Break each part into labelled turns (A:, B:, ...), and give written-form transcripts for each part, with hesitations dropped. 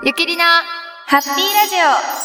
A: ゆきりなハッピーラジ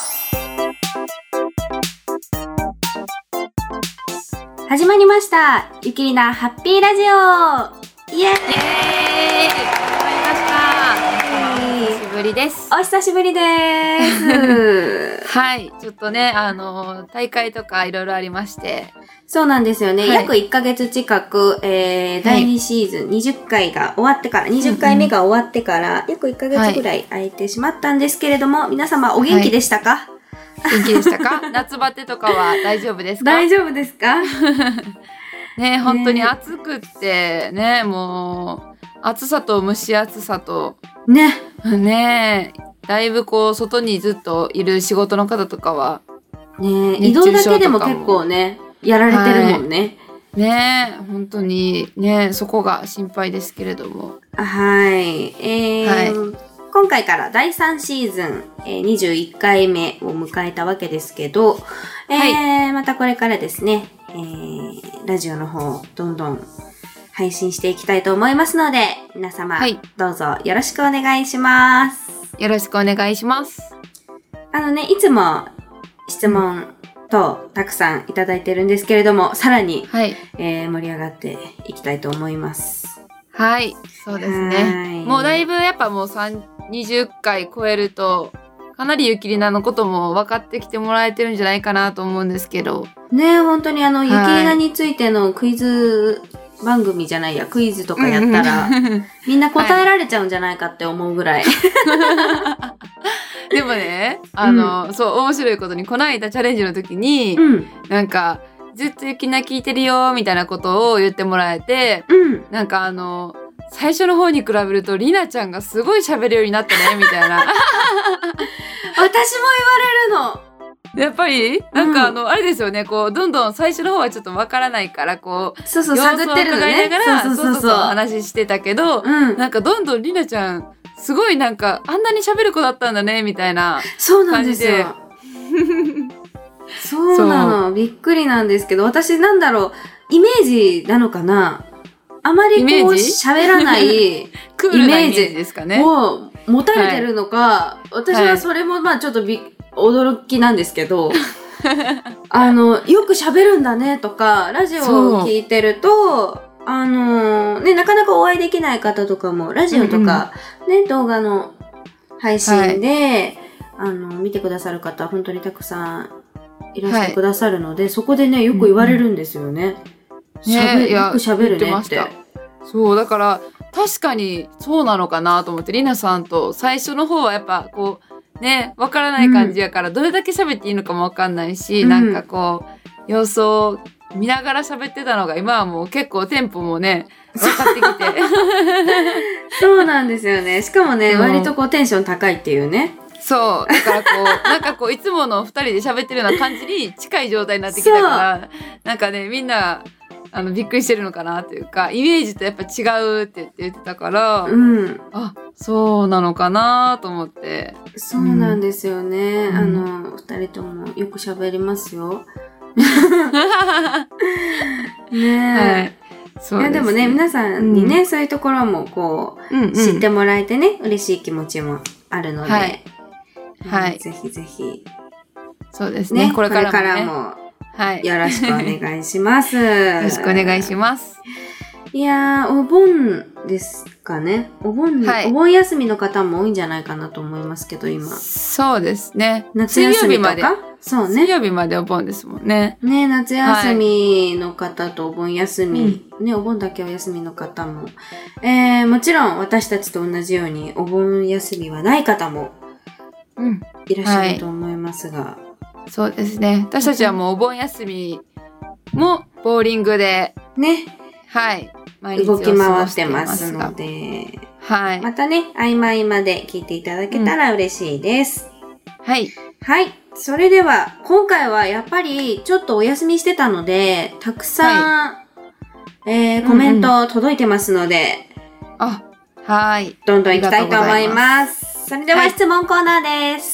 B: オ始まりました。ゆきりなハッピーラジオイエーイ。
A: オ。始まりました。お久しぶりです。
B: お久しぶりです
A: はい、ちょっとね、大会とかいろいろありまして。
B: そうなんですよね。
A: はい、
B: 約1ヶ月近く、第2シーズン20回が終わってから、20回目が終わってから、約1ヶ月ぐらい空いてしまったんですけれども、皆様お元気でしたか？
A: 元気でしたか？夏バテとかは大丈夫ですか？
B: 大丈夫ですか？
A: ね、本当に暑くってね、もう暑さと蒸し暑さとね、だいぶこう外にずっといる仕事の方とかは
B: ね、移動だけでも結構ねやられてるもんね。
A: ね、本当にね、そこが心配ですけれども。
B: はい。今回から第3シーズン、21回目を迎えたわけですけど、またこれからですね、ラジオの方どんどん配信していきたいと思いますので、皆様、どうぞよろしくお願いします。
A: よろしくお願いします。
B: いつも質問とたくさんいただいてるんですけれども、さらに、盛り上がっていきたいと思います。
A: はい、そうですね。もうだいぶやっぱもう20回超えると、かなりゆきりなのことも分かってきてもらえてるんじゃないかなと思うんですけど。
B: ね、本当にゆきりなについてのクイズ番組じゃないや、クイズとかやったら、みんな答えられちゃうんじゃないかって思うぐらい。
A: でもね、そう、面白いことに、この間チャレンジの時に、なんか、ずっとゆきな聞いてるよ、みたいなことを言ってもらえて、なんか最初の方に比べると、りなちゃんがすごい喋るようになったね、みたいな。私も
B: 言われるの。
A: やっぱりなんかあれですよね、こうどんどん最初の方はちょっとわからないからこう
B: そう探ってるのね。
A: 様子を伺いながらそう話してたけど、なんかどんどんりなちゃんすごいなんかあんなに喋る子だったんだねみたいな感じで。
B: そうなんですよ。そうなの。びっくりなんですけど、私なんだろう、イメージなのかな、あまりこう喋らない
A: クールなイメージですかね
B: を持たれてるのか、私はそれもまあちょっと驚きなんですけど、よく喋るんだねとか、ラジオを聞いてると、なかなかお会いできない方とかも、ラジオとか、動画の配信で、見てくださる方、本当にたくさんいらしてくださるので、そこでね、よく言われるんですよね。よく喋るねって。
A: そう、だから、確かにそうなのかなと思って、りなさんと最初の方はやっぱこう、ね、わからない感じやから、どれだけ喋っていいのかもわかんないし、なんかこう、様子を見ながら喋ってたのが、今はもう結構テンポもね、分かってきて。
B: そうなんですよね。しかもね、割とこうテンション高いっていうね。
A: そう。だからこう、なんかこう、いつもの2人で喋ってるような感じに近い状態になってきたから、なんかね、みんな、びっくりしてるのかなというか、イメージとやっぱ違うって言ってたから、あ、そうなのかなと思って。
B: そうなんですよね。2人ともよく喋りますよ。ねえ。いやでもね、皆さんにね、そういうところもこう、知ってもらえてね、嬉しい気持ちもあるので、ぜひぜひ。
A: そうですね。これからも。
B: よろしくお願いします。
A: よろしくお願いします。
B: いやー、お盆ですかね。お盆休みの方も多いんじゃないかなと思いますけど、今。
A: そうですね。
B: 夏休みとか？そうね。
A: 水曜日までお盆ですもんね。
B: ね、夏休みの方とお盆休み、ね、お盆だけお休みの方も。もちろん私たちと同じようにお盆休みはない方もいらっしゃると思いますが。
A: そうですね。私たちはもうお盆休みもボーリングで
B: ね、
A: 毎日
B: 動き回ってますので、またね、合間合間で聞いていただけたら嬉しいです。はい。それでは今回はやっぱりちょっとお休みしてたので、たくさん、コメント届いてますので、どんどん行きたいと思います。それでは質問コーナーです。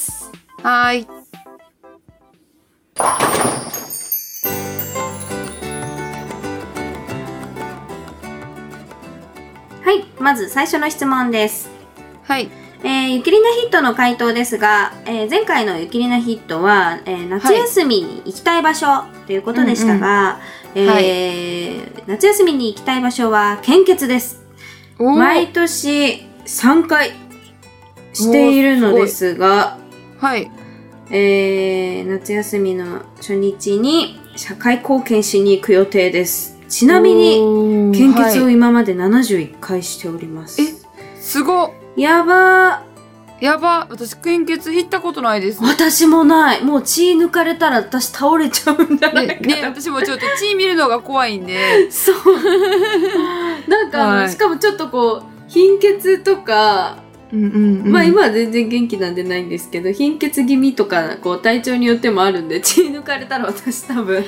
B: まず最初の質問です。 ゆきりなヒットの回答ですが、前回のゆきりなヒットは、夏休みに行きたい場所ということでしたが、夏休みに行きたい場所は献血です。毎年3回しているのですが、
A: はい。
B: 夏休みの初日に社会貢献しに行く予定です。ちなみに献血を今まで71回しております。
A: すごっ。
B: やば。
A: 私献血行ったことないです。
B: 私もない。もう血抜かれたら私倒れちゃうんじゃないかな。
A: ね、私もちょっと血見るのが怖いんで。
B: そう。なんかしかもちょっとこう貧血とか、まあ今は全然元気なんでないんですけど、貧血気味とかこう体調によってもあるんで、血抜かれたら私多分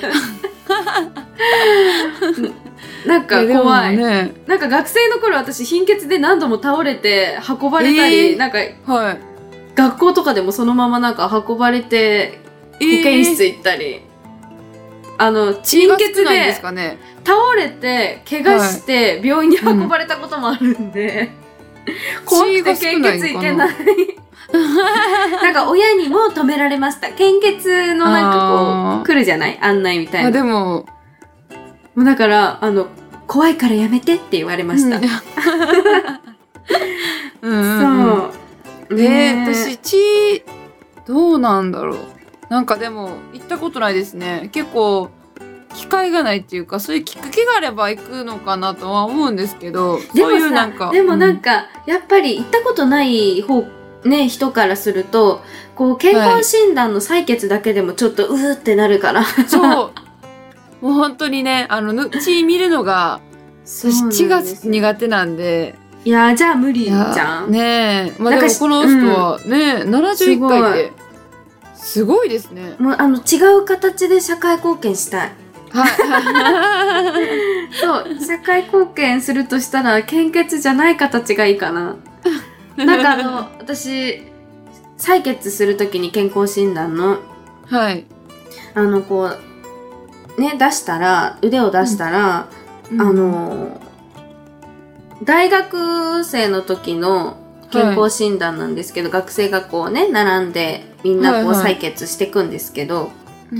B: なんか怖い、ね、なんか学生の頃私貧血で何度も倒れて運ばれたり、なんか、学校とかでもそのままなんか運ばれて保健室行ったり、貧血で倒れて怪我して病院に運ばれたこともあるんで、怖くて献血行けないなんか親にも止められました。献血のなんかこう来るじゃない、案内みたいな。
A: でも
B: だから怖いからやめてって言われました。そう。
A: 私血どうなんだろう。なんかでも行ったことないですね。結構機会がないっていうか、そういうきっかけがあれば行くのかなとは思うんですけど、そういうなんか
B: でもなんか、やっぱり行ったことない人からするとこう健康診断の採血だけでもちょっとうーってなるから、
A: そうもう本当にね、血見るのが私血が苦手なんで、
B: いやじゃあ無理じゃん
A: ねえ。まあでもこの人はね、71回ってすごいですね。
B: もう違う形で社会貢献したい。そう社会貢献するとしたら献血じゃない形がいいかな。なんか私採血するときに健康診断のこうね出したら腕を出したら、大学生の時の健康診断なんですけど、学生がこうね並んでみんなこう採血していくんですけど、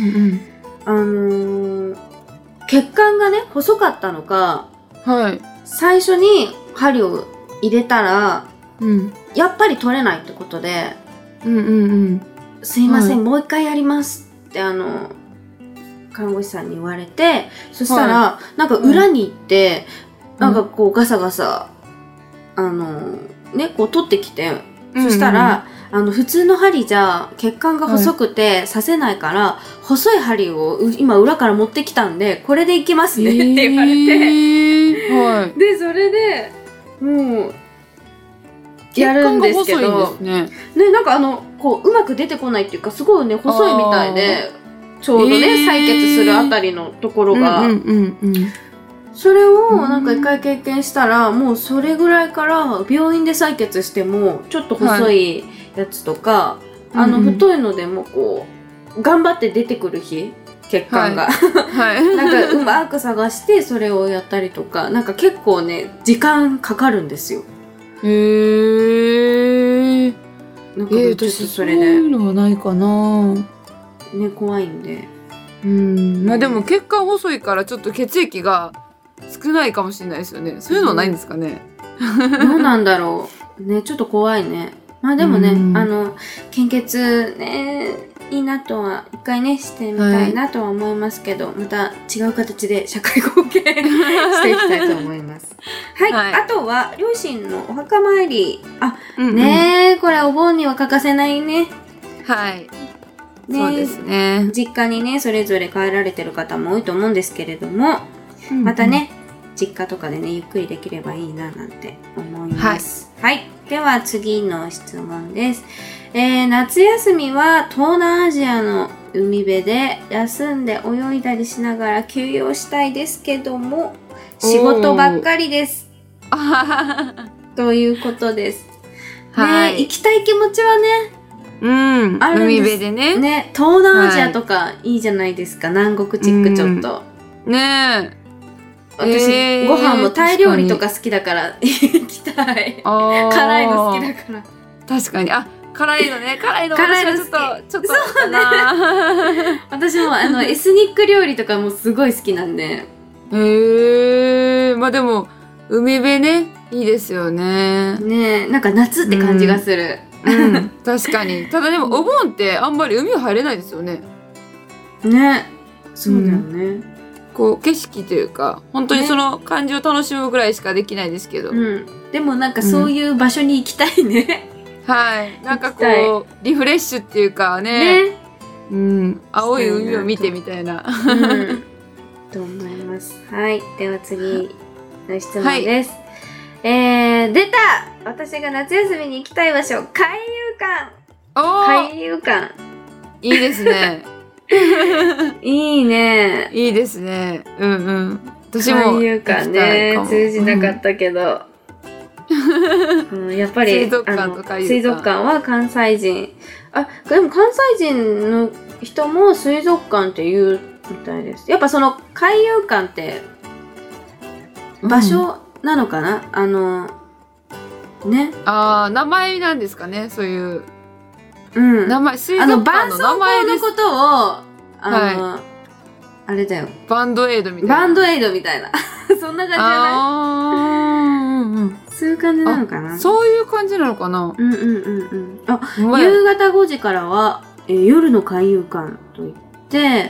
B: 血管がね細かったのか、最初に針を入れたら、やっぱり取れないってことで、すいません、もう一回やりますって看護師さんに言われて、そしたら、なんか裏に行って、なんかこうガサガサこう取ってきて、そしたら普通の針じゃ血管が細くて刺せないから、細い針を今裏から持ってきたんでこれでいきますねって言われて、でそれでもうやるんですけど、なんかこううまく出てこないっていうか、すごいね細いみたいで、ちょうどね採血するあたりのところが、それをなんか一回経験したら、もうそれぐらいから病院で採血してもちょっと細いやつとか、太いのでもこう頑張って出てくる日血管が、なんかうまく探してそれをやったりとか、なんか結構ね時間かかるんですよ。
A: へえ。
B: なんかちょっとそれで、
A: そういうのはないかな。
B: ね、怖いんで。
A: まあでも血管細いからちょっと血液が少ないかもしれないですよね。そういうのはないんですかね。
B: どうなんだろう。ね、ちょっと怖いね。まあでもね、献血ね、いいなとは一回ねしてみたいなとは思いますけど、また違う形で社会貢献していきたいと思います。はい、あとは両親のお墓参り。ねこれお盆には欠かせないね。
A: そうですね。
B: 実家にねそれぞれ帰られてる方も多いと思うんですけれども、またね実家とかでねゆっくりできればいいななんて思います。では次の質問です。夏休みは東南アジアの海辺で休んで泳いだりしながら休養したいですけども、仕事ばっかりですということです。行きたい気持ちはね、あるんです。
A: 海辺でね。
B: 東南アジアとかいいじゃないですか。南国チックちょっと。私、ご飯もタイ料理とか好きだから行きたい。辛いの好きだから。
A: 確かに。あ、辛いのね。辛いの私はちょっとかな。
B: 私もエスニック料理とかもすごい好きなんで。
A: まあでも海辺ね、いいですよね。
B: ね、なんか夏って感じがする。
A: 確かに。ただでもお盆ってあんまり海は入れないですよね。
B: ね、そうだよね。
A: こう景色というか本当にその感じを楽しむぐらいしかできないですけど。
B: でもなんかそういう場所に行きたいね。
A: はい。なんかこうリフレッシュっていうかね。青い海を見てみたいな。
B: と思います。はい。では次の質問です。出た！私が夏休みに行きたい場所、海遊館。海遊館。
A: いいですね。
B: いいね。
A: いいですね。私も
B: 海遊館ね、通じなかったけど。やっぱり水族館は関西人。でも関西人の人も水族館って言うみたいです。やっぱその海遊館って場所なのかな、ね。
A: 名前なんですかね、そういう。名前、水族館の名前です。
B: 絆創膏のことを、あれだよ。
A: バンドエイドみたいな。
B: バンドエイドみたいな。そんな感じじゃない？そういう感じなのかな？
A: そういう感じなのかな？
B: 夕方5時からは、夜の海遊館といって、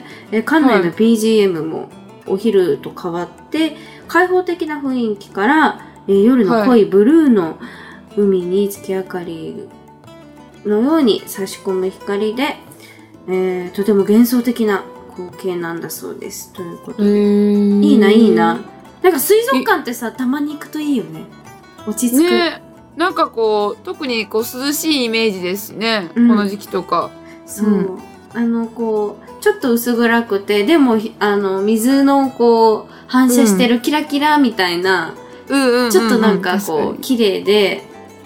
B: 館内の BGM もお昼と変わって、開放的な雰囲気から、夜の濃いブルーの海に月明かりのように差し込む光で、とても幻想的な光景なんだそうです。ということで。いいな、いいな。なんか水族館ってさ、たまに行くといいよね。落ち着く。
A: ね、なんかこう、特にこう涼しいイメージですしね。この時期とか。
B: そう。こう、ちょっと薄暗くて、でも、水のこう、反射してるキラキラみたいな、ちょっとなんかこう、綺麗で、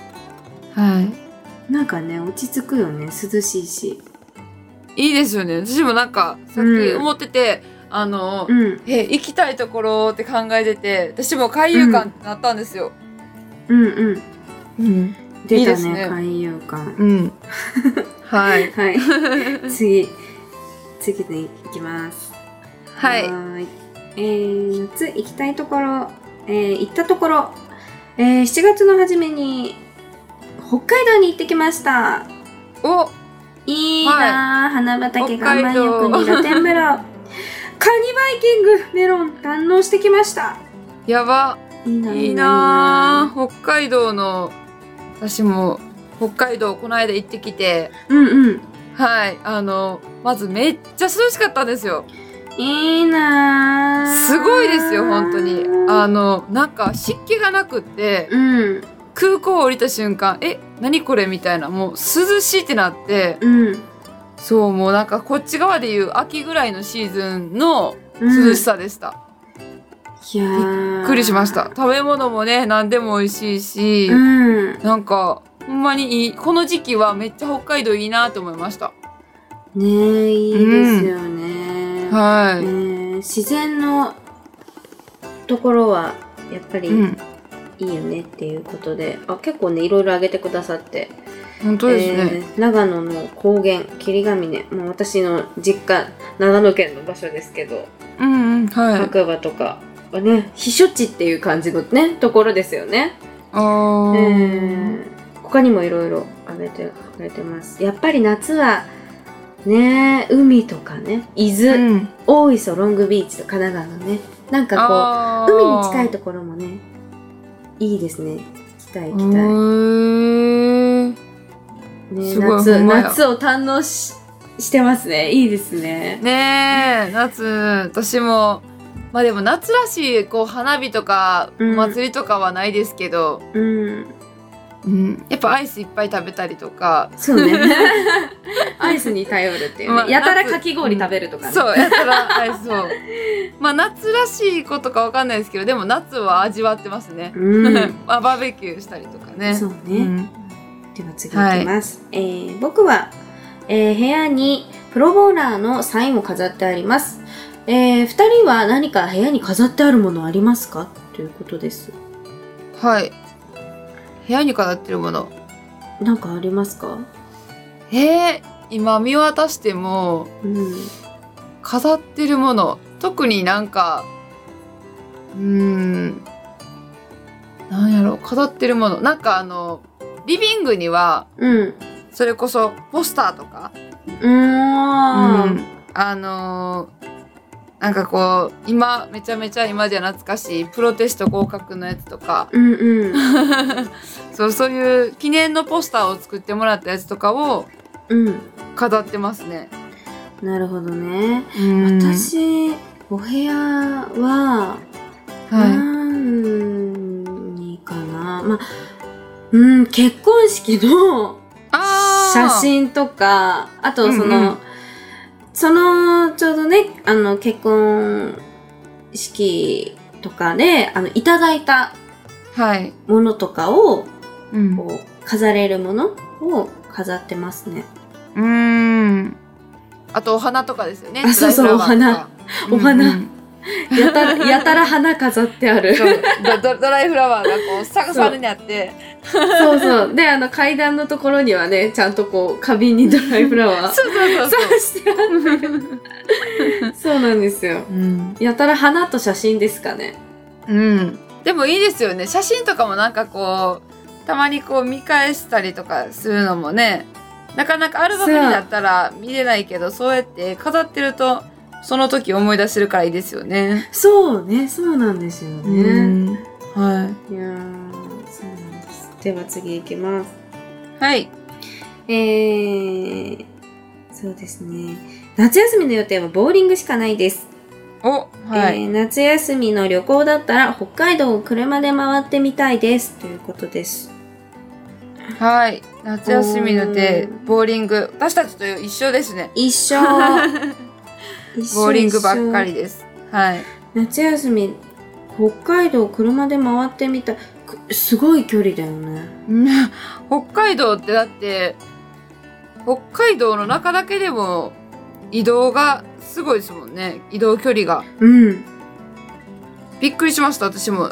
B: なんかね、落ち着くよね。涼しいし。
A: いいですよね。私もなんか、さっき思ってて、行きたいところって考えてて、私も海遊館ってなったんですよ。
B: 出たね、海遊館。
A: はい。
B: 次に行きます。
A: はい。
B: 夏行きたいところ、行ったところ、7月の初めに北海道に行ってきました。いいな、花畑岩盤浴に露天風呂。カニバイキングメロン堪能してきました。
A: やば。いいな。北海道の、私も北海道この間行ってきて、はい、まずめっちゃ涼しかったんですよ。
B: いいな。
A: すごいですよ、本当に。なんか湿気がなくって、空港降りた瞬間、何これみたいな、もう涼しいってなって、そう、もうなんかこっち側でいう秋ぐらいのシーズンの涼しさでした。びっくりしました。食べ物もね、何でも美味しいし、なんかほんまにいい。この時期はめっちゃ北海道いいなと思いました。
B: ねえ、いいですよね。自然のところはやっぱりいいよねっていうことで、結構ね、いろいろあげてくださって。
A: 本当ですね。
B: 長野の高原霧ヶ峰、もう私の実家長野県の場所ですけど、白馬とかはね、避暑地っていう感じのねところですよね。他にもいろいろあげてくれてます。やっぱり夏はね、海とかね、伊豆、大磯ロングビーチと神奈川のね、なんかこう海に近いところもね、いいですね。行きたい。ね、夏を堪能してますね。いいですね。
A: ねえ、夏、私も、まあでも夏らしいこう花火とかお祭りとかはないですけど、やっぱアイスいっぱい食べたりとか。
B: そうね。アイスに頼るっていうね。やたらかき氷食べるとかね。
A: そう、やたらアイスを。まあ夏らしいことかわかんないですけど、でも夏は味わってますね。バーベキューしたりとかね。
B: そうね。では次いきます。僕は、部屋にプロボウラーのサインを飾ってあります。2人は何か部屋に飾ってあるものありますかということです。
A: はい。部屋に飾ってるもの。
B: なんかありますか？
A: 今見渡しても、飾ってるもの、特になんか、なんやろ、飾ってるもの。なんかリビングには、それこそポスターとか、なんかこう、めちゃめちゃ今じゃ懐かしい、プロテスト合格のやつとか、そういう記念のポスターを作ってもらったやつとかを、飾ってますね。
B: なるほどね。私、お部屋は、何かな。結婚式の写真とか、あとちょうどね、結婚式とかで、いただいたものとかを、こう、飾れるものを飾ってますね。
A: あとお花とかですよね。
B: そう、お花。やたら花飾ってある。
A: ドライフラワーがこう、サクサクにあって。
B: そう。で、階段のところにはね、ちゃんとこう、花瓶にドライフラワー。そうしてある。そうなんですよ。やたら花と写真ですかね。
A: でもいいですよね。写真とかもなんかこう、たまにこう見返したりとかするのもね、なかなかアルバムになったら見れないけど、そうやって飾ってると、その時思い出せるからいいですよね。
B: そうね、そうなんですよね。いやー、そうなんです。では次行きます。
A: はい。
B: そうですね。夏休みの予定はボーリングしかないです。夏休みの旅行だったら北海道を車で回ってみたいですということです。
A: はい。夏休みの予定、ボーリング。私たちと一緒ですね。
B: 一緒。
A: ボーリングばっかりです。はい。
B: 夏休み、北海道を車で回ってみたい。すごい距離だよね。
A: 北海道ってだって、北海道の中だけでも移動がすごいですもんね。移動距離が。びっくりしました、私も。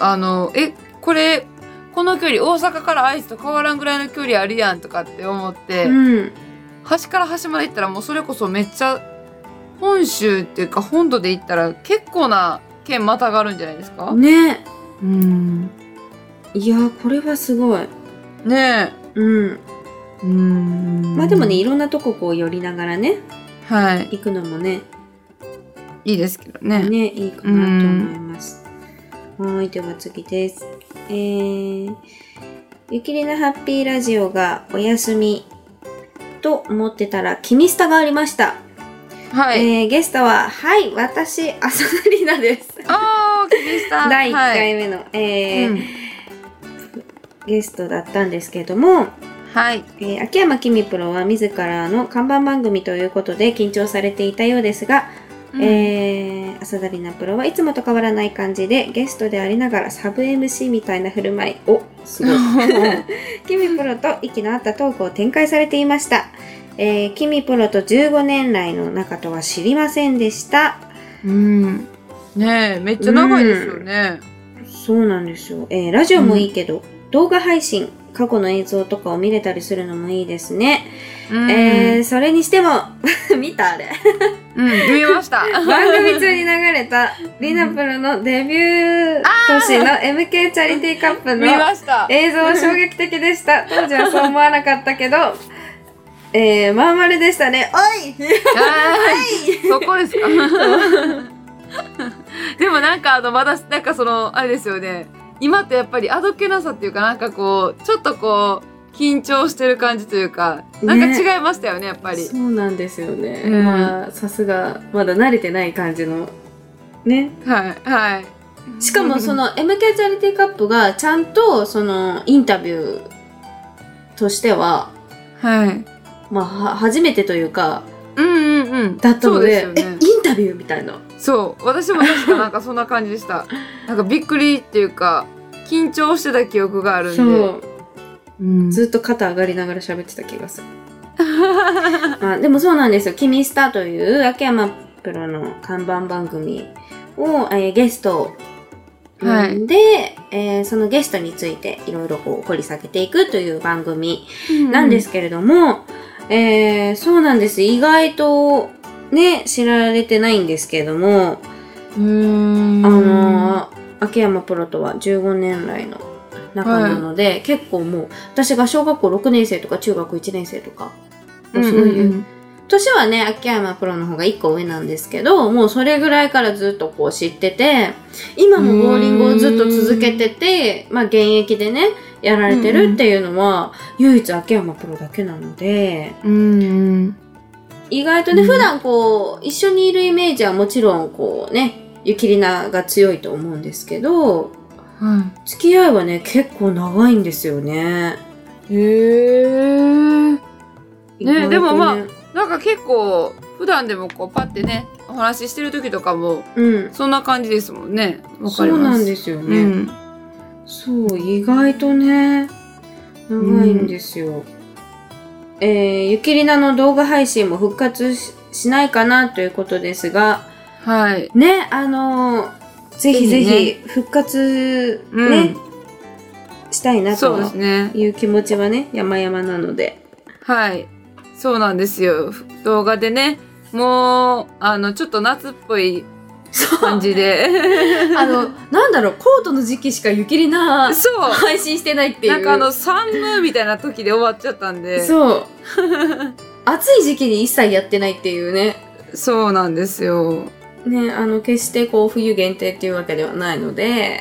A: この距離、大阪から愛知と変わらんぐらいの距離あるやんとかって思って、端から端まで行ったらもうそれこそめっちゃ、本州っていうか本土で行ったら結構な県またがるんじゃないですか
B: ね。いやこれはすごい
A: ねえ。
B: まあでもね、いろんなとここう寄りながらね、行くのもね
A: いいですけどね。
B: いいかなと思います。はい、では次です。ゆきりなハッピーラジオがお休みと思ってたらキミスタがありました。ゲストは、私、浅田里奈です。
A: キミスタ。
B: 第1回目の、ゲストだったんですけれども、秋山きみプロは自らの看板番組ということで緊張されていたようですが、浅田里奈プロはいつもと変わらない感じでゲストでありながらサブ MC みたいな振る舞いをすごいきみプロと息の合ったトークを展開されていました。きみプロと15年来の仲とは知りませんでした。
A: ねえ、めっちゃ長いですよね。
B: そうなんですよ。ラジオもいいけど、動画配信、過去の映像とかを見れたりするのもいいですね。それにしても見たあれ
A: 見ました。
B: 番組中に流れたリナプロのデビュー年の MK チャリティーカップの映像は衝撃的でした。当時はそう思わなかったけどまん丸でしたね。おい
A: そこですかでもなんかまだなんかあれですよね。今ってやっぱりあどけなさっていうかなんかこうちょっとこう緊張してる感じというかなんか違いましたよねやっぱり。
B: そうなんですよね。まあさすがまだ慣れてない感じのね。しかもその MK チャリティーカップがちゃんとそのインタビューとしてはまあ初めてというかだったので、インタビューみたいな。
A: そう私も確かなんかそんな感じでしたなんかびっくりっていうか緊張してた記憶があるんで
B: ずっと肩上がりながら喋ってた気がするでもそうなんですよ。キミスタという秋山プロの看板番組を、ゲストで、そのゲストについていろいろこう掘り下げていくという番組なんですけれども、そうなんです。意外とね、知られてないんですけれども、秋山プロとは15年来の仲なので、結構もう、私が小学校6年生とか中学1年生とか、そういう、年はね、秋山プロの方が1個上なんですけど、もうそれぐらいからずっとこう知ってて、今もボーリングをずっと続けてて、まあ現役でね、やられてるっていうのは、唯一秋山プロだけなので、意外とね、普段こう、一緒にいるイメージはもちろんこうね、ゆきりなが強いと思うんですけど、付き合いはね、結構長いんですよね。
A: ね、でもまあ、なんか結構、普段でもこう、パッてね、お話ししてる時とかも、そんな感じですもんね。わかります。
B: そうなんですよね。そう、意外とね、長いんですよ。ゆきりなの動画配信も復活 しないかなということですが、ね、ぜひぜひ復活ね、したいなという気持ちはね、山々なので。
A: そうなんですよ。動画でね、もう、ちょっと夏っぽい感じで。
B: なんだろう、コートの時期しかゆきりな配信してないっていう。
A: なんか寒みたいな時で終わっちゃったんで。
B: そう。暑い時期に一切やってないっていうね。
A: そうなんですよ。
B: ね、決してこう冬限定っていうわけではないので。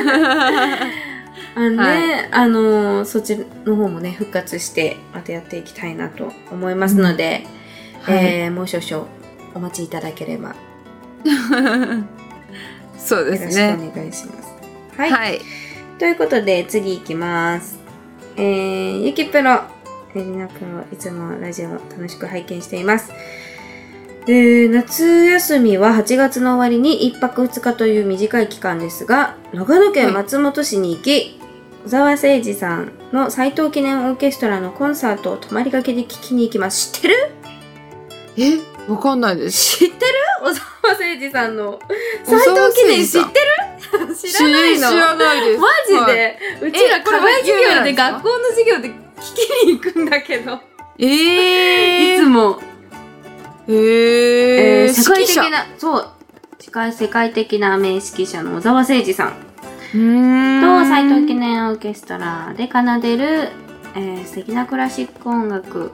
B: そっちの方もね、復活してまたやっていきたいなと思いますので、もう少々お待ちいただければ。
A: そうですね。
B: よろしくお願いします。はい。ということで、次行きます。ゆきプロ、りなプロ、いつもラジオ楽しく拝見しています。夏休みは8月の終わりに1泊2日という短い期間ですが、長野県松本市に行き、小沢誠二さんの斉藤記念オーケストラのコンサートを泊まりがけで聞きに行きます。知ってる？
A: わかんないです。
B: 知ってる？小沢誠二さんの斉藤記念知ってる？知らないの？
A: 知らないです。
B: マジで？うちら課外授業で学校の授業で聞きに行くんだけど。いつも。世界的な、そう、世界的な名指揮者の小沢誠二さんと斉藤記念オーケストラで奏でる、素敵なクラシック音楽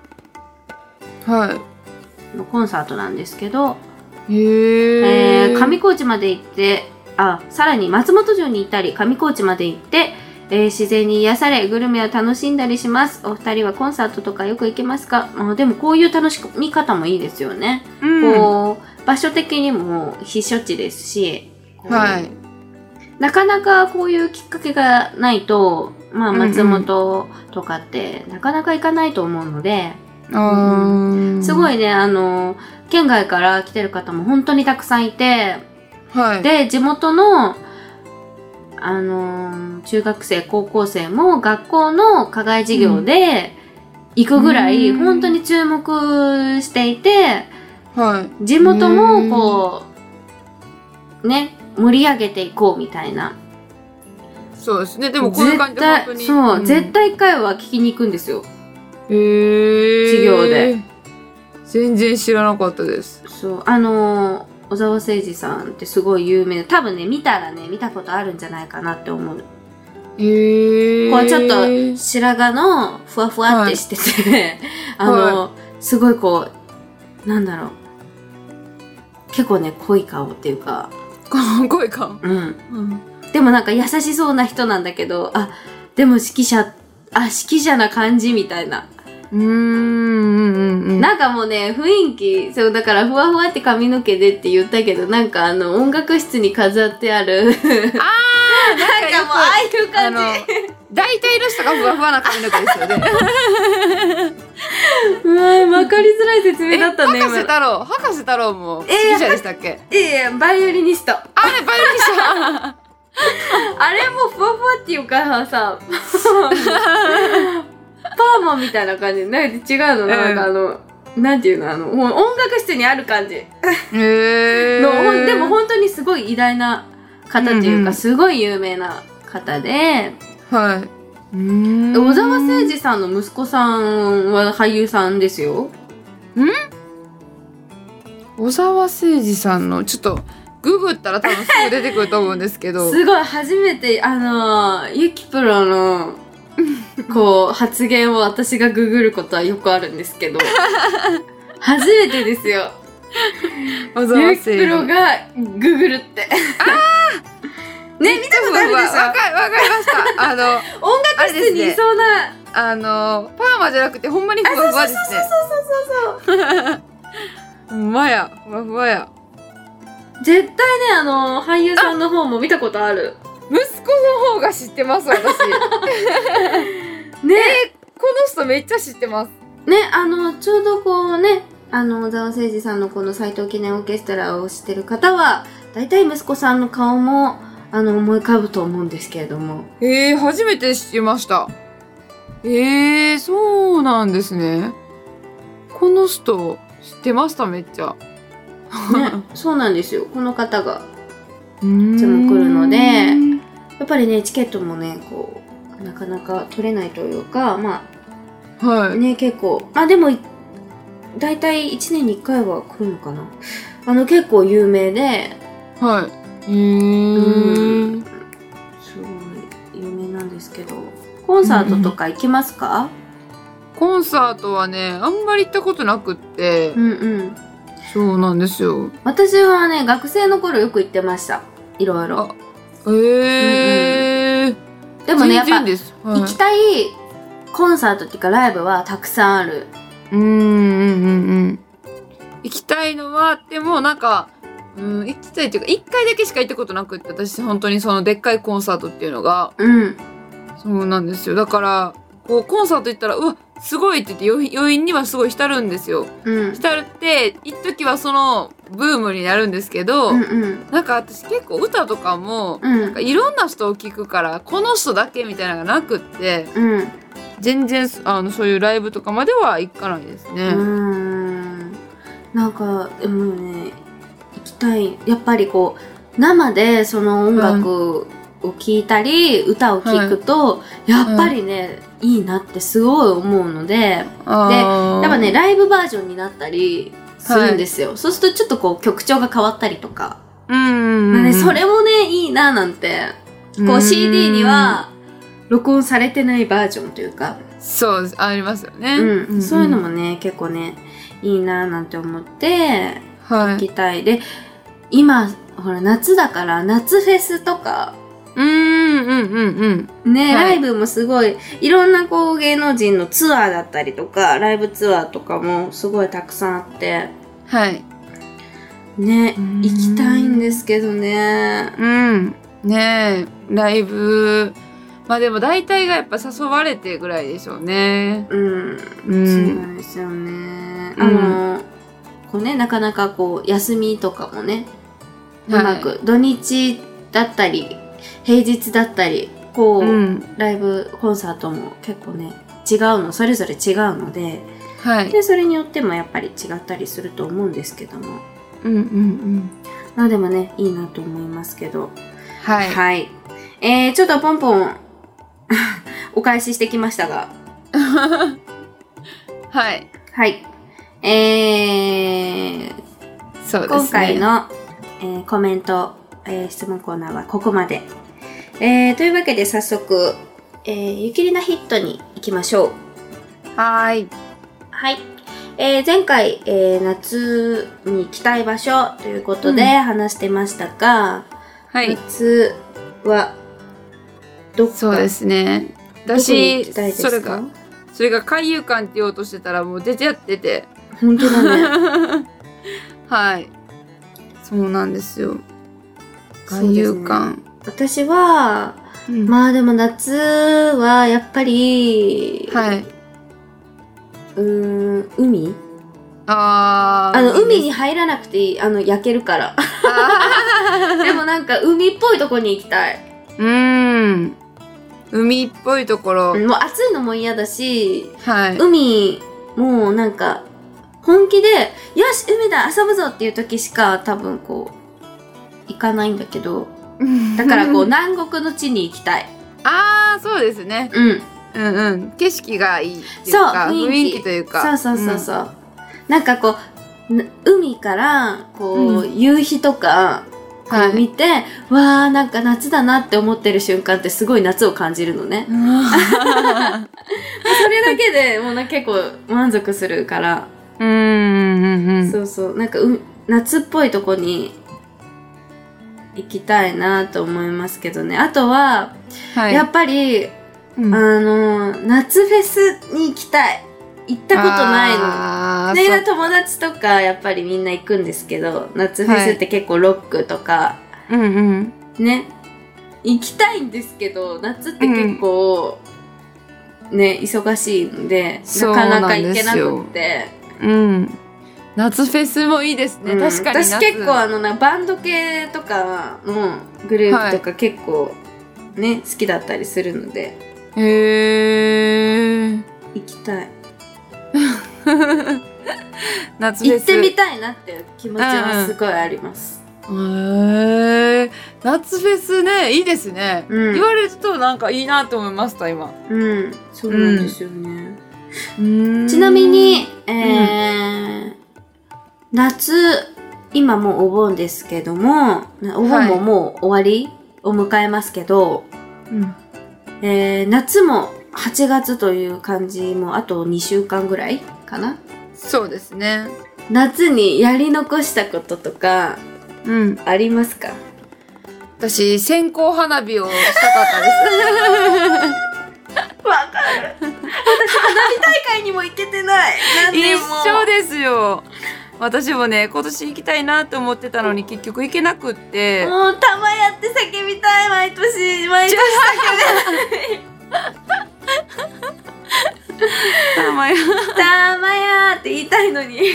B: のコンサートなんですけど、上高地まで行って、さらに松本城に行ったり上高地まで行って、自然に癒されグルメを楽しんだりします。お二人はコンサートとかよく行けますか？でもこういう楽しみ方もいいですよね。こう場所的にも避暑地ですし、なかなかこういうきっかけがないと、松本とかってなかなか行かないと思うので、すごいね、県外から来てる方も本当にたくさんいて、で地元の中学生高校生も学校の課外授業で行くぐらい本当に注目していて、地元もこうね盛り上げていこうみたいな。
A: そうですね。でもこういう感じで本当に
B: そう、絶対一回は聞きに行くんですよ。授業で。
A: 全然知らなかったです。
B: そう、小沢誠二さんってすごい有名で、多分ね見たことあるんじゃないかなって思う。こうちょっと白髪のふわふわってしてて、すごいこうなんだろう、結構ね濃い顔っていうか、
A: 濃い顔、
B: でもなんか優しそうな人なんだけど、でも指揮者な感じみたいな。なんかもうね、雰囲気、そうだからふわふわって髪の毛でって言ったけど、なんか音楽室に飾ってあるなんかもうああいう感じ、
A: 大体の人がふわふわな髪の毛ですよね。
B: わかりづらい説明だったね。
A: 博士太郎も指揮者でしたっけ？
B: バイオリニスト。
A: バイオリニスト。
B: あれもふわふわっていうかさ、パーマみたいな感じ。なんか違うの、なんかなんていうの、音楽室にある感じ。でも本当にすごい偉大な方というか、
A: うんうん
B: すごい有名な方で、
A: はい。
B: 小沢誠二さんの息子さんは俳優さんですよ。
A: 小沢誠二さんのちょっとググったら多分すぐ出てくると思うんですけど。
B: すごい初めてゆきプロのこう発言を私がググることはよくあるんですけど初めてですよ。
A: 小沢
B: ゆ
A: 誠二
B: きプロがググるって。ね、見たことあるでしょ。
A: わかりました。
B: 音楽室にいそうな。
A: パーマじゃなくてほんまにふわふわですね。
B: そう。
A: ほんまや、ふわふわや。
B: 絶対ね、俳優さんの方も見たことある。
A: 息子の方が知ってます、私。
B: ね、
A: この人めっちゃ知ってます。
B: ね、ちょうどこうね、小沢誠二さんのこの斉藤記念オーケストラを知ってる方は、大体息子さんの顔も、思い浮かぶと思うんですけれども。
A: 初めて知りました。そうなんですね。この人、知ってました、めっちゃ。
B: ね、そうなんですよ。この方が、いつも来るので、やっぱりね、チケットもね、こう、なかなか取れないというか、まあ、
A: はい。
B: ね、結構、まあでも、だいたい1年に1回は来るのかな。結構有名で、
A: はい。
B: すごい有名なんですけど、コンサートとか行きますか？
A: コンサートはね、あんまり行ったことなくって、そうなんですよ。
B: 私はね、学生の頃よく行ってました。いろいろ。
A: で
B: もね、やっぱ、
A: 行
B: きたいコンサートっていうかライブはたくさんある。
A: 行きたいのはあっても、なんか、行きたいっていうか、1回だけしか行ったことなくって、私本当にそのでっかいコンサートっていうのが。そうなんですよ。だから、こうコンサート行ったら、うわ、すごいって言って余韻にはすごい浸るんですよ。浸るって一時はそのブームになるんですけど、なんか私結構歌とかも、なんかいろんな人を聞くからこの人だけみたいなのがなくって、全然そういうライブとかまでは行かないですね。
B: なんかでもね、行きたい。やっぱりこう生でその音楽を聴いたり、歌を聴くと、やっぱりね、いいなってすごい思うので、で、やっぱね、ライブバージョンになったりするんですよ。そうするとちょっとこう曲調が変わったりとか。それもね、いいななんて。こう CD には録音されてないバージョンというか。
A: そう、ありますよね。
B: そういうのもね、結構ね、いいななんて思って、行きたい。で、今、ほら、夏だから、夏フェスとか、ね、ライブもすごい、いろんなこう芸能人のツアーだったりとか、ライブツアーとかもすごいたくさんあって、ね、行きたいんですけどね。
A: ねえ、ライブ、まあでも大体がやっぱ誘われてぐらいでしょうね。
B: そうなんですよね。こうね、なかなかこう、休みとかもね、うまく、土日だったり、平日だったり、こう、ライブ、コンサートも結構ね、違うの、それぞれ違うので、で、それによってもやっぱり違ったりすると思うんですけども。まあでもね、いいなと思いますけど。ちょっとポンポン、お返ししてきましたが。
A: そうですね。
B: 今回の、コメント、質問コーナーはここまで。というわけで早速、ゆきりなヒットに行きましょう。前回、夏に行きたい場所ということで話してましたが、夏はどっか、
A: そうですね。
B: 私、
A: それが海遊館って言おうとしてたらもう出ちゃってて。
B: 本当だね。
A: そうなんですよ。海遊館。
B: 私は、まあでも夏はやっぱり、海？海に入らなくていい。焼けるから。でもなんか海っぽいとこに行きたい。
A: 海っぽいところ。
B: もう暑いのも嫌だし、海もなんか本気でよし海だ遊ぶぞっていう時しか多分こう行かないんだけど、 だからこう南国の地に行きたい。
A: ああ、そうですね。
B: うん
A: 景色がいいっていうか、雰囲気というか。
B: そう、なんかこう海からこう、夕日とかこう見て、わーなんか夏だなって思ってる瞬間ってすごい夏を感じるのね。それだけでもう結構満足するから。そうなんか夏っぽいとこに行きたいなと思いますけどね。あとは、やっぱり、夏フェスに行きたい。行ったことないの。友達とかやっぱりみんな行くんですけど、夏フェスって結構ロックとか、ね、行きたいんですけど、夏って結構、ね、忙しいので、なかなか行けなくって。
A: 夏フェスもいいですね。確かに
B: 私結構バンド系とかのグループとか結構ね、好きだったりするので。
A: へー。
B: 行きたい。
A: 夏フェス
B: 行ってみたいなっていう気持ちはすごいあります。
A: 夏フェスね、いいですね。言われるとなんかいいなと思いました、今。
B: そうなんですよね。ちなみに、夏、今もうお盆ですけども、お盆ももう終わりを迎えますけど、夏も8月という感じもあと2週間ぐらいかな。
A: そうですね。
B: 夏にやり残したこととか、ありますか？
A: 私、線香花火をしたかったです。
B: わかる。私、花火大会にも行けてない。
A: 一緒ですよ。私もね、今年行きたいなと思ってたのに結局行けなくって。
B: もう玉やって叫びたい。毎年叫びたい。玉やって言いたいのに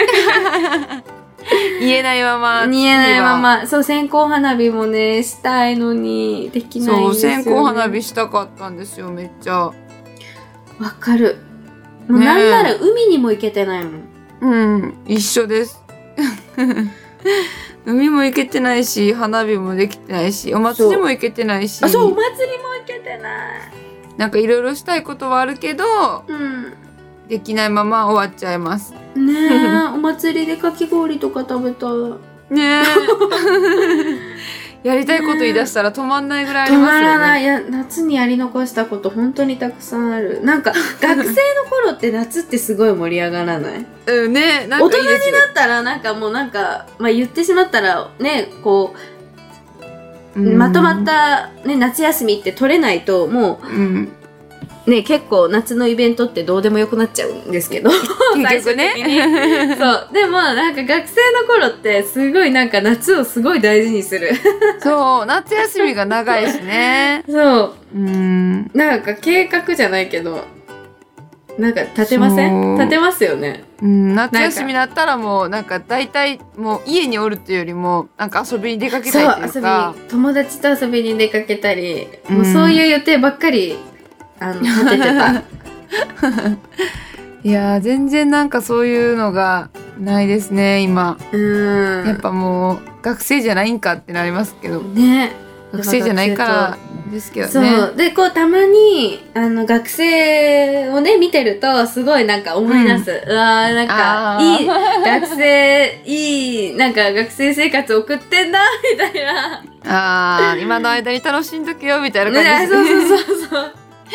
A: 言えないま
B: ま。そう、線香花火もねしたいのにできないんですよね。
A: そう、線香花火したかったんですよ。めっちゃわ
B: かる。もうなんなら海にも行けてないもん。
A: 一緒です海も行けてないし、花火もできてないし、お祭りも行けてないし。
B: そう、お祭りも行けてない。
A: なんかいろいろしたいことはあるけど、できないまま終わっちゃいます
B: ねえ。お祭りでかき氷とか食べたいね
A: やりたいこと言い出したら止まんないぐらいありますよね。
B: 止まらない。いや、夏にやり残したこと本当にたくさんある。なんか学生の頃って夏ってすごい盛り上がらない？
A: ね、
B: なんかいいですよ。大人になったらなんかもうなんか、言ってしまったらね、こうまとまった、ね、夏休みって取れないともう、ね、結構夏のイベントってどうでもよくなっちゃうんですけど
A: 結局ね
B: そうでもなんか学生の頃ってすごいなんか夏をすごい大事にする
A: そう夏休みが長いしね
B: そうなんか計画じゃないけどなんか立てません？立てますよね。
A: 夏休みだったらもうなんか大体もう家におるっていうよりもなんか遊びに出かけたいっていうか、
B: 友達と遊びに出かけたり、もうそういう予定ばっかり立ててた
A: いや全然なんかそういうのがないですね今。やっぱもう学生じゃないんかってなりますけど
B: ね。
A: 学生じゃないからですけどね。
B: そうでこうたまに学生をね見てるとすごいなんか思い出す、うわーなんかいい学生いいなんか学生生活送ってんだみたいな
A: 今の間に楽しんどけよみたいな感じ
B: ですね。そう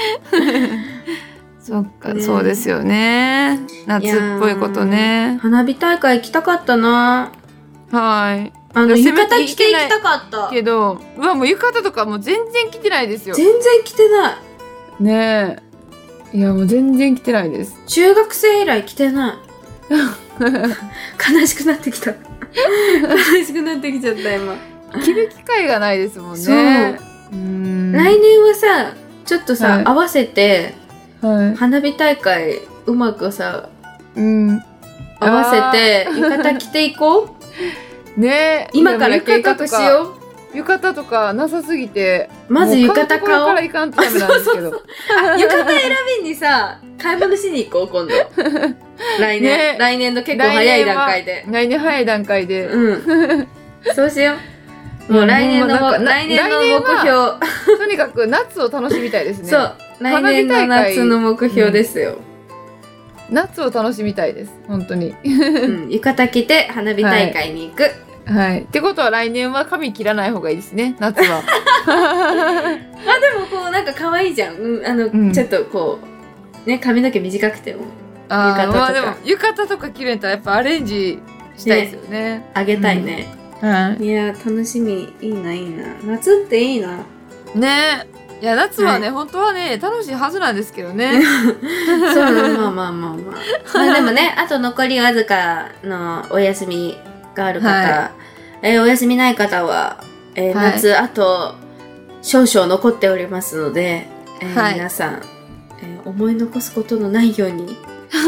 A: そっか、そうですよね。夏っぽいことね。
B: 花火大会行きたかったな。
A: はい
B: 浴衣着て行きたかった
A: けど、うわもう浴衣とかもう全然着てないですよ。
B: 全然着てない
A: ねえ。いやもう全然着てないです。
B: 中学生以来着てない悲しくなってきた悲しくなってきちゃった今。
A: 着る機会がないですもんね。
B: そう来年はさちょっとさ、合わせて、花火大会うまくさ、合わせて浴衣着ていこう
A: ねえ
B: 今から計画しよ
A: う。浴衣とかなさすぎて
B: まず浴衣買おう。
A: から行かんとダメなんですけど
B: 浴衣選びにさ買い物しに行こう今度来年の結構早い段階で
A: 来年早い段階で
B: そうしようもう来年の
A: なんか
B: 目標
A: とにかく夏を楽しみたいですね。
B: そう来年の夏の目標ですよ、
A: 夏を楽しみたいです本当に、
B: 浴衣着て花火大会に行く、
A: はいってことは来年は髪切らない方がいいですね夏は。
B: まあでもこうなんか可愛いじゃん、ちょっとこうね髪の毛短くても
A: 浴衣とか、まあでも浴衣とか着るんやったらやっぱアレンジしたいですよね。
B: あげたいね、いや楽しみ。いいないいな夏っていいな
A: ね。いや夏はね、本当はね楽しいはずなんですけどね。
B: そうまあでもねあと残りわずかのお休みがある方、お休みない方は、夏あと少々残っておりますので、皆さん、思い残すことのないように、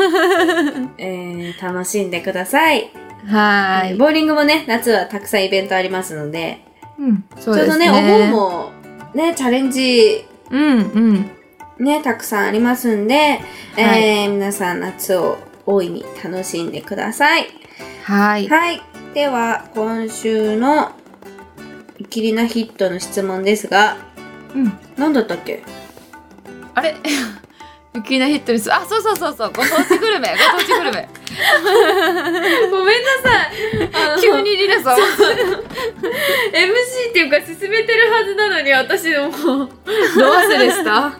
B: 楽しんでください。はい、ボーリングもね夏はたくさんイベントありますので、
A: そうですね、
B: ちょうどねお盆もねチャレンジねたくさんありますんで、皆さん夏を大いに楽しんでください。はい、では今週のキリナヒットの質問ですが、何だったっけ？あれ
A: ユキリナヒットです。あ、そうご当地グルメごめんなさい急にリナさん MC
B: っていうか進めてるはずなのに私もど忘れした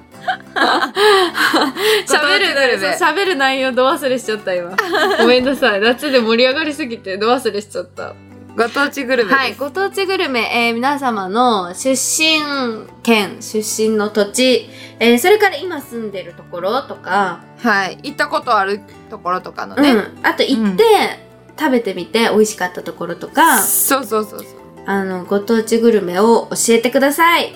B: 喋る内容ど忘れしちゃった今。ごめんなさい夏で盛り上がりすぎてど忘れしちゃった。
A: ご当地グルメです。
B: ご当地グルメ、皆様の出身県、出身の土地、それから今住んでるところとか、
A: 行ったことあるところとかのね、
B: あと行って、食べてみて美味しかったところとか、ご当地グルメを教えてください。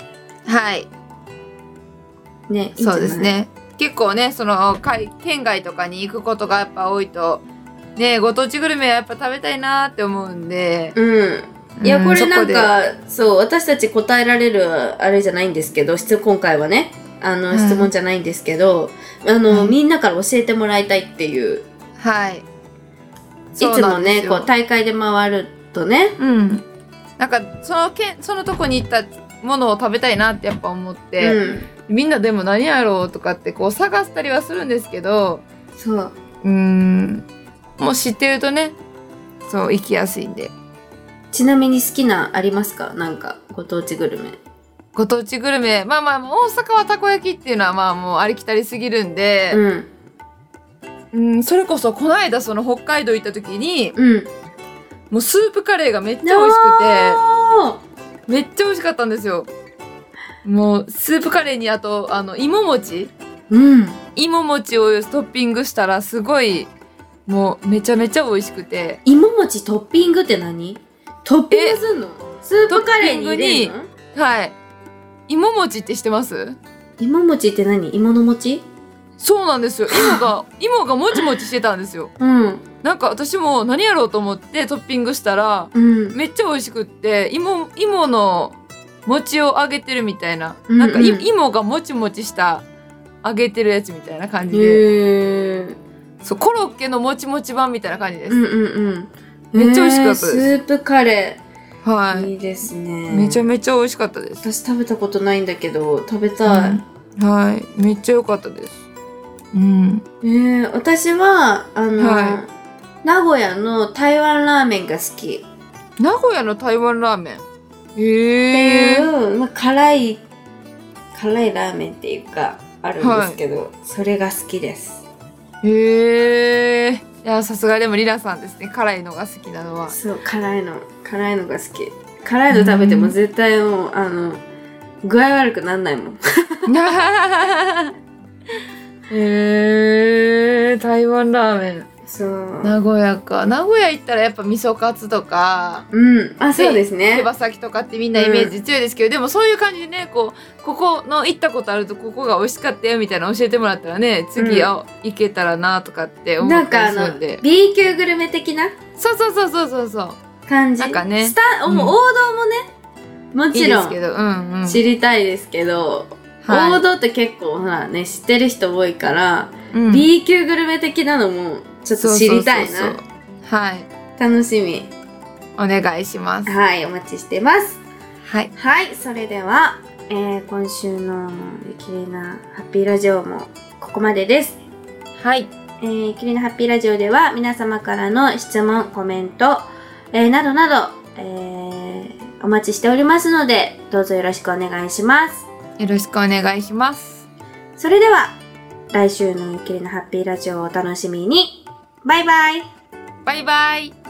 B: ね、いいんじゃない？
A: そうですね。結構ね、県外とかに行くことがやっぱ多いと。ね、ご当地グルメはやっぱ食べたいなって思うんで、
B: いやこれなんかそう私たち答えられるあれじゃないんですけど今回はね質問じゃないんですけどみんなから教えてもらいたいっていう、いつもねこう大会で回るとね、
A: なんかそのとこに行ったものを食べたいなってやっぱ思って、みんなでも何やろうとかってこう探したりはするんですけど、もう知ってるとね行きやすいんで。
B: ちなみに好きなありますか？なんかご当地グルメ。
A: ご当地グルメ大阪はたこ焼きっていうのはもうありきたりすぎるんで、それこそこの間北海道行った時に、もうスープカレーがめっちゃ美味しくてめっちゃ美味しかったんですよ。もうスープカレーにあと芋餅をトッピングしたらすごいもうめちゃめちゃ美味しくて。
B: 芋餅トッピングって何？トッピングすんの？スープカレーに入れるの？
A: 芋餅って知ってます？
B: 芋餅って何？芋の餅？
A: そうなんですよ。芋がもちもちしてたんですよ。なんか私も何やろうと思ってトッピングしたら、めっちゃ美味しくって芋の餅を揚げてるみたいな、なんか芋がもちもちした揚げてるやつみたいな感じで。コロッケのもちもち版みたいな感じです。めっちゃ美味しかったです。
B: スープカレー、いいですね。
A: めちゃめちゃ美味しかったです。
B: 私食べたことないんだけど食べたい。
A: めっちゃ良かったです。
B: 私は名古屋の台湾ラーメンが好き。
A: 名古屋の台湾ラーメンって
B: いう、辛いラーメンっていうかあるんですけど、それが好きです。
A: いやさすがでもリラさんですね。辛いのが好きなのは。
B: そう辛いのが好き。辛いの食べても絶対もう具合悪くなんないもん。
A: 台湾ラーメン。名古屋か。名古屋行ったらやっぱ味噌カツとか、
B: そうですね。
A: 手羽先とかってみんなイメージ強いですけど、でもそういう感じでねここの行ったことあるとここが美味しかったよみたいな教えてもらったらね次行けたらなとかって思ったりするんで。
B: なんかB 級グルメ的な
A: そう
B: 感じ。
A: なんかね
B: 王道もねもちろん知りたいですけど、王道って結構ほらね知ってる人多いから、B 級グルメ的なのもちょっと知りたいな。楽しみ。
A: お願いします。
B: お待ちしてます。
A: はい。
B: はい、それでは、今週の綺麗なハッピーラジオもここまでです。
A: はい。
B: 綺麗なハッピーラジオでは皆様からの質問、コメント、などなど、お待ちしておりますので、どうぞよろしくお願いします。
A: よろしくお願いします。
B: それでは、来週の綺麗なハッピーラジオをお楽しみに。バイバイ。
A: バイバイ。